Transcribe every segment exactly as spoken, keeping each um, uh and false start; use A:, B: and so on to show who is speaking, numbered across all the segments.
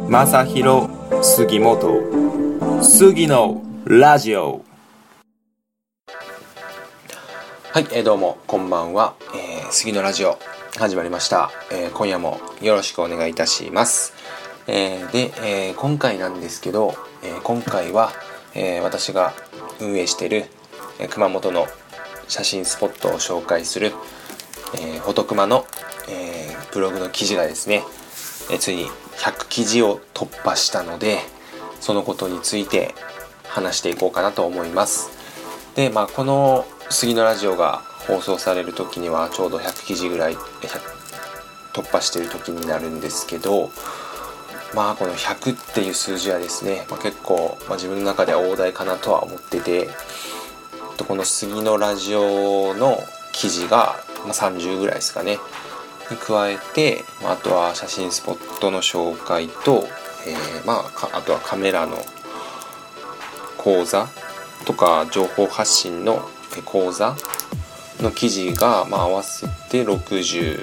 A: 正弘杉本杉のラジオ。
B: はい、えー、どうもこんばんは、えー、杉のラジオ始まりました、えー、今夜もよろしくお願いいたします、えー、で、えー、今回なんですけど、えー、今回は、えー、私が運営している、えー、熊本の写真スポットを紹介する、えー、フォトクマの、えー、ブログの記事がですね、えー、ついにひゃく記事を突破したので、そのことについて話していこうかなと思います。で、まあこの杉のラジオが放送される時にはちょうどひゃく記事ぐらい突破している時になるんですけど、まあこのひゃくっていう数字はですね、まあ、結構、まあ、自分の中では大台かなとは思ってて、この杉のラジオの記事が、まあ、さんじゅうぐらいですかねに加えて、まあ、あとは写真スポットの紹介と、えー、まああとはカメラの講座とか情報発信の講座の記事が、まあ、合わせてろくじゅう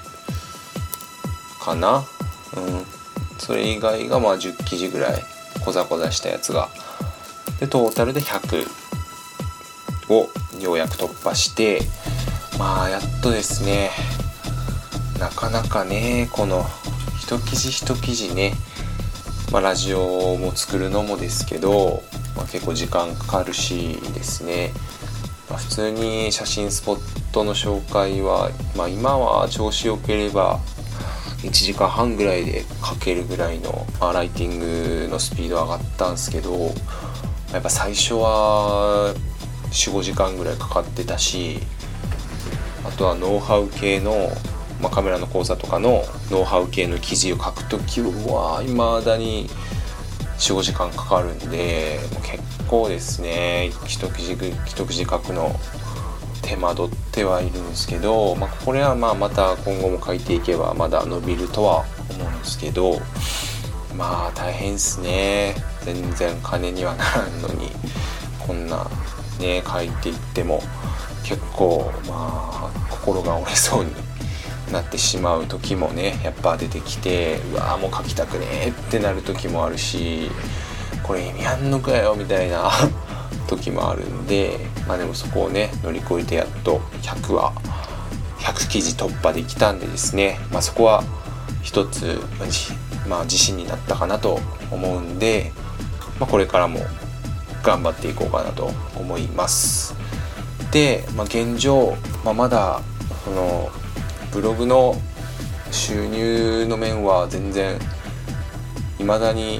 B: かな、うん、それ以外がまあじゅう記事ぐらいこざこざしたやつがで、トータルでひゃくをようやく突破して、まあやっとですね、なかなかねこの一記事一記事ね、まあ、ラジオも作るのもですけど、まあ、結構時間かかるしですね、まあ、普通に写真スポットの紹介は、まあ、今は調子よければいちじかんはんぐらいで書けるぐらいの、まあ、ライティングのスピード上がったんですけど、やっぱ最初は よん,ご 時間ぐらいかかってたし、あとはノウハウ系の、まあ、カメラの講座とかのノウハウ系の記事を書くときは未だに よん,ご 時間かかるんで、結構ですね一記事一記事書くの手間取ってはいるんですけど、まあ、これはまあまた今後も書いていけばまだ伸びるとは思うんですけど、まあ大変ですね。全然金にはならんのにこんなね書いていっても結構まあ心が折れそうになってしまう時もねやっぱ出てきて、うわーもう書きたくねーってなる時もあるし、これ意味あんのかよみたいな時もあるんで、まあでもそこをね乗り越えてやっとひゃくはひゃく記事突破できたんでですね、まあそこは一つ、まあ、自信になったかなと思うんで、まあ、これからも頑張っていこうかなと思います。で、まあ、現状、まあ、まだそのブログの収入の面は全然未だに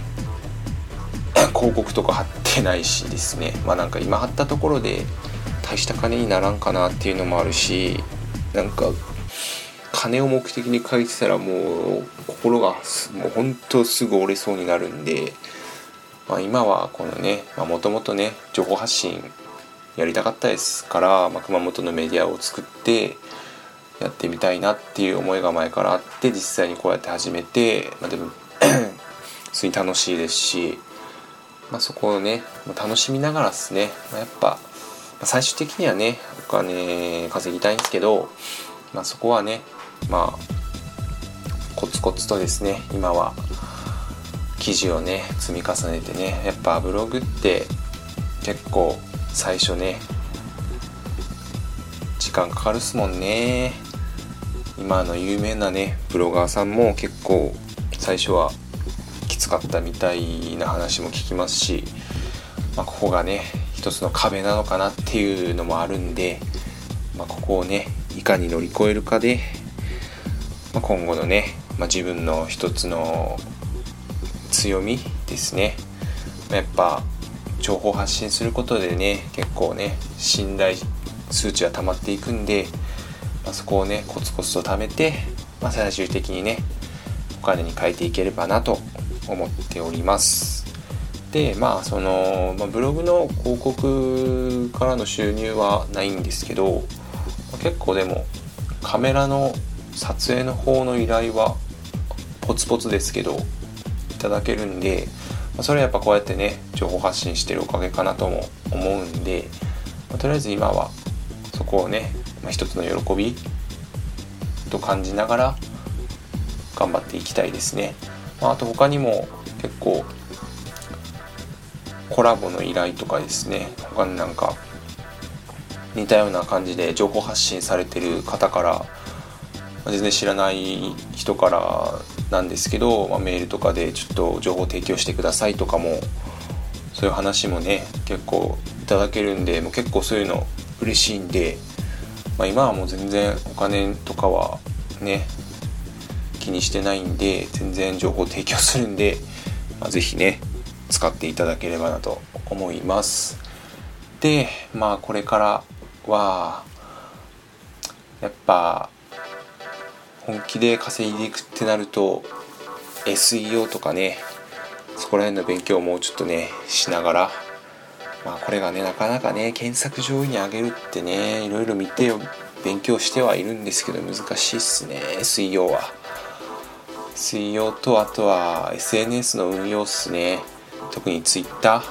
B: 広告とか貼ってないしですね、まあなんか今貼ったところで大した金にならんかなっていうのもあるし、なんか金を目的に書いてたらもう心がもう本当すぐ折れそうになるんで、まあ、今はこのねもともとね情報発信やりたかったですから、まあ、熊本のメディアを作ってやってみたいなっていう思いが前からあって、実際にこうやって始めて、まあ、でも普通に楽しいですし、まあ、そこをね楽しみながらですね、まあ、やっぱ最終的にはねお金稼ぎたいんですけど、まあ、そこはねまあコツコツとですね今は記事をね積み重ねてね、やっぱブログって結構最初ね時間かかるっすもんね。今の有名なねブロガーさんも結構最初はきつかったみたいな話も聞きますし、まあ、ここがね一つの壁なのかなっていうのもあるんで、まあ、ここをねいかに乗り越えるかで、まあ、今後のね、まあ、自分の一つの強みですね。やっぱ情報発信することでね結構ね信頼数値は溜まっていくんで、まあ、そこをねコツコツと貯めて、まあ、最終的にねお金に変えていければなと思っております。でまあその、まあ、ブログの広告からの収入はないんですけど、結構でもカメラの撮影の方の依頼はポツポツですけどいただけるんで、それはやっぱこうやってね情報発信してるおかげかなとも思うんで、まあ、とりあえず今はそこをね、まあ、一つの喜びと感じながら頑張っていきたいですね。 まあ、あと他にも結構コラボの依頼とかですね、他になんか似たような感じで情報発信されてる方から、全然知らない人からなんですけど、まあ、メールとかでちょっと情報提供してくださいとかも、そういう話もね結構いただけるんで、もう結構そういうの嬉しいんで、まあ、今はもう全然お金とかはね気にしてないんで、全然情報提供するんで、まあ、ぜひね使っていただければなと思います。で、まあこれからはやっぱ本気で稼いでいくってなると エスイーオー とかね、そこら辺の勉強をもうちょっとねしながら、まあこれがねなかなかね検索上位に上げるってね、いろいろ見て勉強してはいるんですけど難しいっすね エスイーオー は。 エスイーオー とあとは エスエヌエス の運用っすね。特に Twitter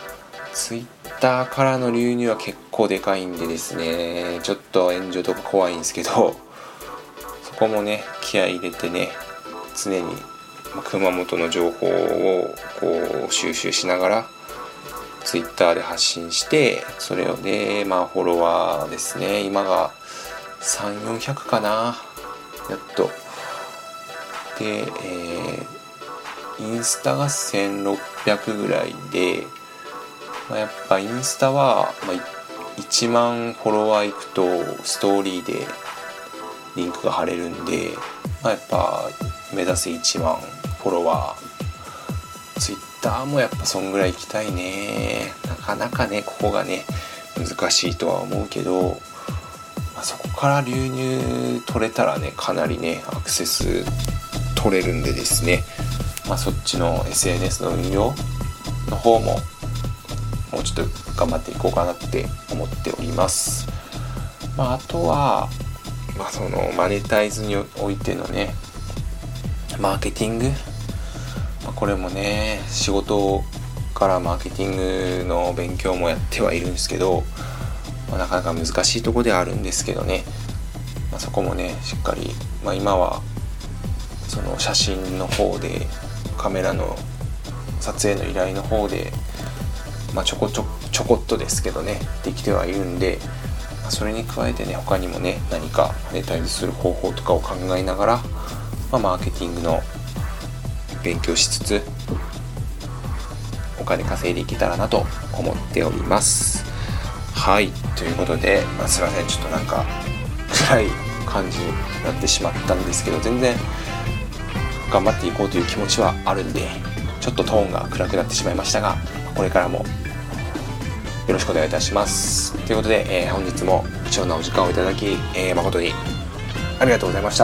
B: Twitter からの流入は結構でかいんでですね、ちょっと炎上とか怖いんですけど、そこもね気合い入れてね、常に熊本の情報をこう収集しながらツイッターで発信して、それをねまあフォロワーですね、今がさんびゃくよんひゃくかな、やっとで、えー、インスタがせんろっぴゃくぐらいで、まあ、やっぱインスタは、まあ、いちまんフォロワーいくとストーリーでリンクが貼れるんで、まあ、やっぱ目指せいちまんフォロワー。ツイッターもやっぱそんぐらい行きたいね。なかなかねここがね難しいとは思うけど、まあ、そこから流入取れたらねかなりねアクセス取れるんでですね、まあ、そっちの エスエヌエス の運用の方ももうちょっと頑張っていこうかなって思っております。まあ、あとは、まあ、そのマネタイズにおいてのねマーケティング、まあ、これもね仕事からマーケティングの勉強もやってはいるんですけど、まあ、なかなか難しいところではあるんですけどね、まあ、そこもねしっかり、まあ、今はその写真の方でカメラの撮影の依頼の方で、まあ、ちょこちょちょこっとですけどねできてはいるんで、まあ、それに加えてね他にもね何かマネタイズする方法とかを考えながら、まあ、マーケティングの勉強しつつお金稼いでいけたらなと思っております。はい、ということで、まあ、すいませんちょっとなんか暗い感じになってしまったんですけど、全然頑張っていこうという気持ちはあるんで、ちょっとトーンが暗くなってしまいましたが、これからもよろしくお願いいたします。ということで、えー、本日も貴重なお時間をいただき、えー、誠にありがとうございました。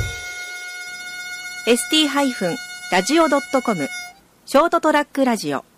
C: エスティー ラジオ ドットコム ショートトラックラジオ